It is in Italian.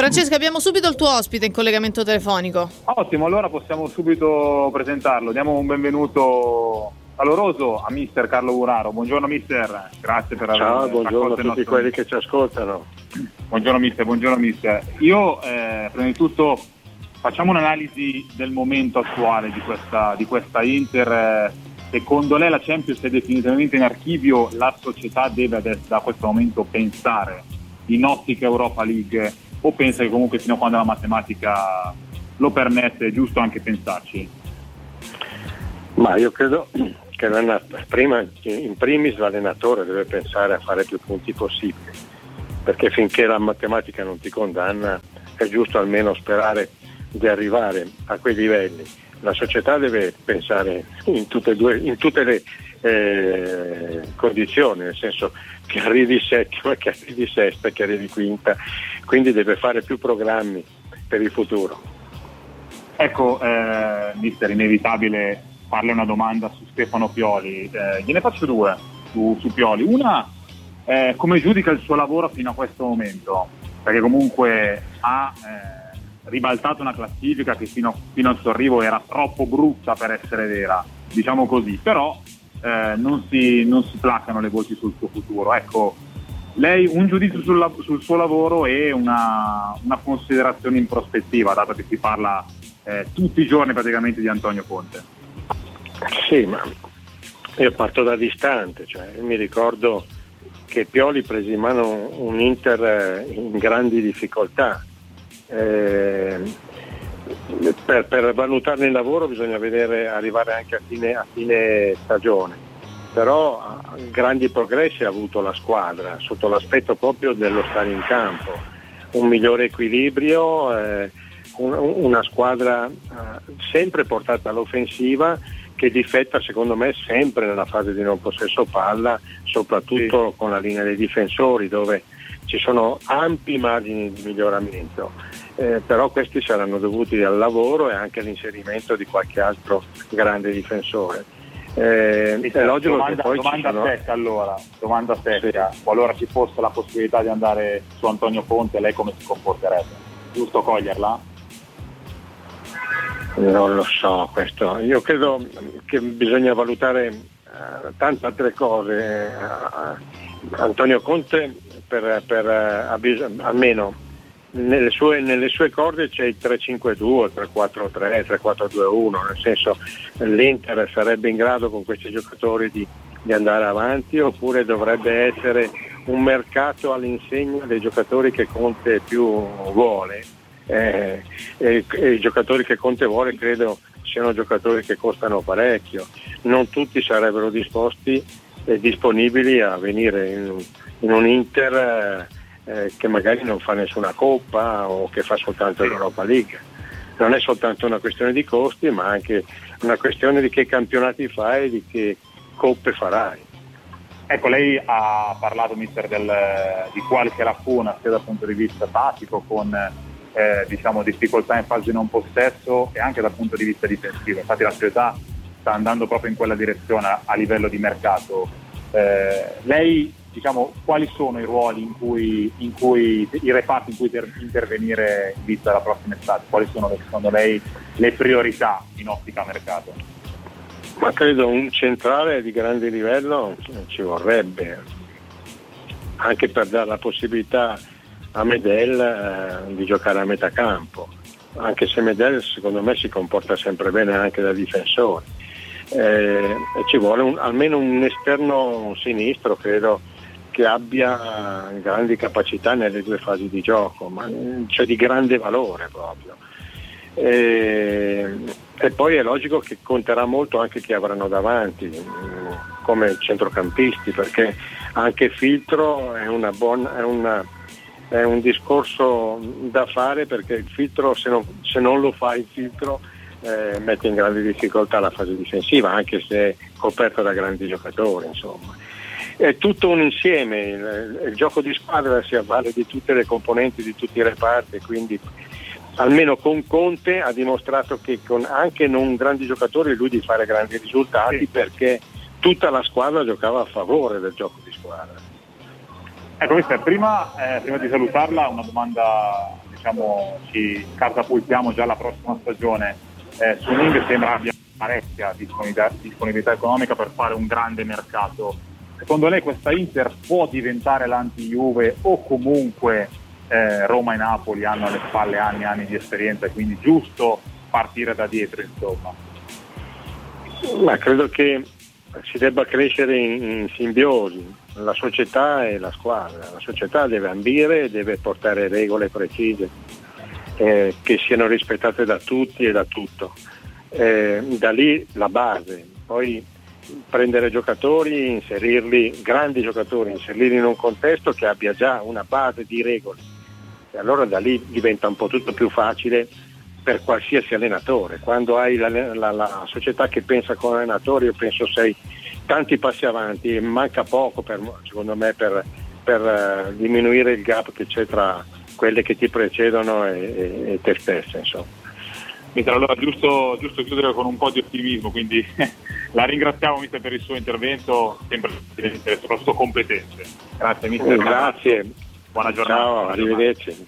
Francesco, abbiamo subito il tuo ospite in collegamento telefonico. Ottimo, allora possiamo subito presentarlo. Diamo un benvenuto caloroso a mister Carlo Uraro. Buongiorno mister, grazie per aver Ciao, buongiorno a tutti nostro... quelli che ci ascoltano. Buongiorno mister. Io prima di tutto facciamo un'analisi del momento attuale di questa Inter. Secondo lei la Champions è definitivamente in archivio? La società deve adesso da questo momento pensare in ottica Europa League, o pensa che comunque fino a quando la matematica lo permette è giusto anche pensarci? Ma io credo che prima in primis l'allenatore deve pensare a fare più punti possibili, perché finché la matematica non ti condanna è giusto almeno sperare di arrivare a quei livelli. La società deve pensare in tutte le condizioni, nel senso che arrivi settima, che arrivi sesta, che arrivi quinta, quindi deve fare più programmi per il futuro. Ecco, mister, inevitabile farle una domanda su Stefano Pioli. Gliene faccio due su Pioli. Una, come giudica il suo lavoro fino a questo momento? Perché comunque ha ribaltato una classifica che fino al suo arrivo era troppo brutta per essere vera, diciamo così, però non si placano le voci sul suo futuro. Ecco, lei un giudizio sul suo lavoro e una considerazione in prospettiva, dato che si parla tutti i giorni praticamente di Antonio Conte. Sì, ma io parto da distante, cioè mi ricordo che Pioli prese in mano un Inter in grandi difficoltà. Per valutarne il lavoro bisogna arrivare anche a fine stagione, però grandi progressi ha avuto la squadra sotto l'aspetto proprio dello stare in campo, un migliore equilibrio, una squadra sempre portata all'offensiva, che difetta secondo me sempre nella fase di non possesso palla, soprattutto con la linea dei difensori, dove ci sono ampi margini di miglioramento, però questi saranno dovuti al lavoro e anche all'inserimento di qualche altro grande difensore. È logico domanda secca, sì. Qualora ci fosse la possibilità di andare su Antonio Conte, lei come si comporterebbe? Giusto coglierla? Non lo so questo, io credo che bisogna valutare tante altre cose. Antonio Conte almeno nelle sue corde c'è il 3-5-2, 3-4-3, 3-4-2-1, nel senso l'Inter sarebbe in grado con questi giocatori di andare avanti, oppure dovrebbe essere un mercato all'insegna dei giocatori che Conte più vuole, e i giocatori che Conte vuole credo siano giocatori che costano parecchio, non tutti sarebbero disposti e disponibili a venire in un Inter che magari non fa nessuna coppa o che fa soltanto l'Europa League. Non è soltanto una questione di costi, ma anche una questione di che campionati fai e di che coppe farai. Ecco, lei ha parlato, mister, di qualche lacuna sia dal punto di vista tattico, con difficoltà in fase di non possesso, e anche dal punto di vista difensivo. Infatti la società sta andando proprio in quella direzione a livello di mercato. Lei, quali sono i ruoli in cui i reparti in cui intervenire in vista della prossima estate? Quali sono secondo lei le priorità in ottica mercato? Ma credo un centrale di grande livello ci vorrebbe, anche per dare la possibilità a Medel di giocare a metà campo, anche se Medel secondo me si comporta sempre bene anche da difensore. Ci vuole almeno un esterno sinistro, credo, che abbia grandi capacità nelle due fasi di gioco, cioè di grande valore proprio. E poi è logico che conterà molto anche chi avranno davanti come centrocampisti, perché anche Filtro è un discorso da fare, perché il Filtro, se non lo fa il Filtro, mette in grande difficoltà la fase difensiva, anche se è coperta da grandi giocatori, insomma. È tutto un insieme, il gioco di squadra si avvale di tutte le componenti, di tutti i reparti, quindi almeno con Conte ha dimostrato che anche non grandi giocatori lui di fare grandi risultati, perché tutta la squadra giocava a favore del gioco di squadra. Ecco, mister, prima di salutarla una domanda diciamo, ci catapultiamo già alla prossima stagione, Suning sembra abbia parecchia disponibilità economica per fare un grande mercato. Secondo lei questa Inter può diventare l'anti-Juve, o comunque Roma e Napoli hanno alle spalle anni e anni di esperienza e quindi giusto partire da dietro, insomma? Ma credo che si debba crescere in simbiosi, la società e la squadra. La società deve ambire, deve portare regole precise che siano rispettate da tutti e da tutto. Da lì la base, poi prendere giocatori, inserirli, grandi giocatori, inserirli in un contesto che abbia già una base di regole, e allora da lì diventa un po' tutto più facile per qualsiasi allenatore. Quando hai la società che pensa come allenatore, io penso sei tanti passi avanti e manca poco secondo me per diminuire il gap che c'è tra quelle che ti precedono e te stessa, insomma. Mister, allora giusto chiudere con un po' di ottimismo, quindi la ringraziamo mister per il suo intervento, sempre soprattutto competente. Grazie mister. Grazie. Buona giornata. Ciao, arrivederci.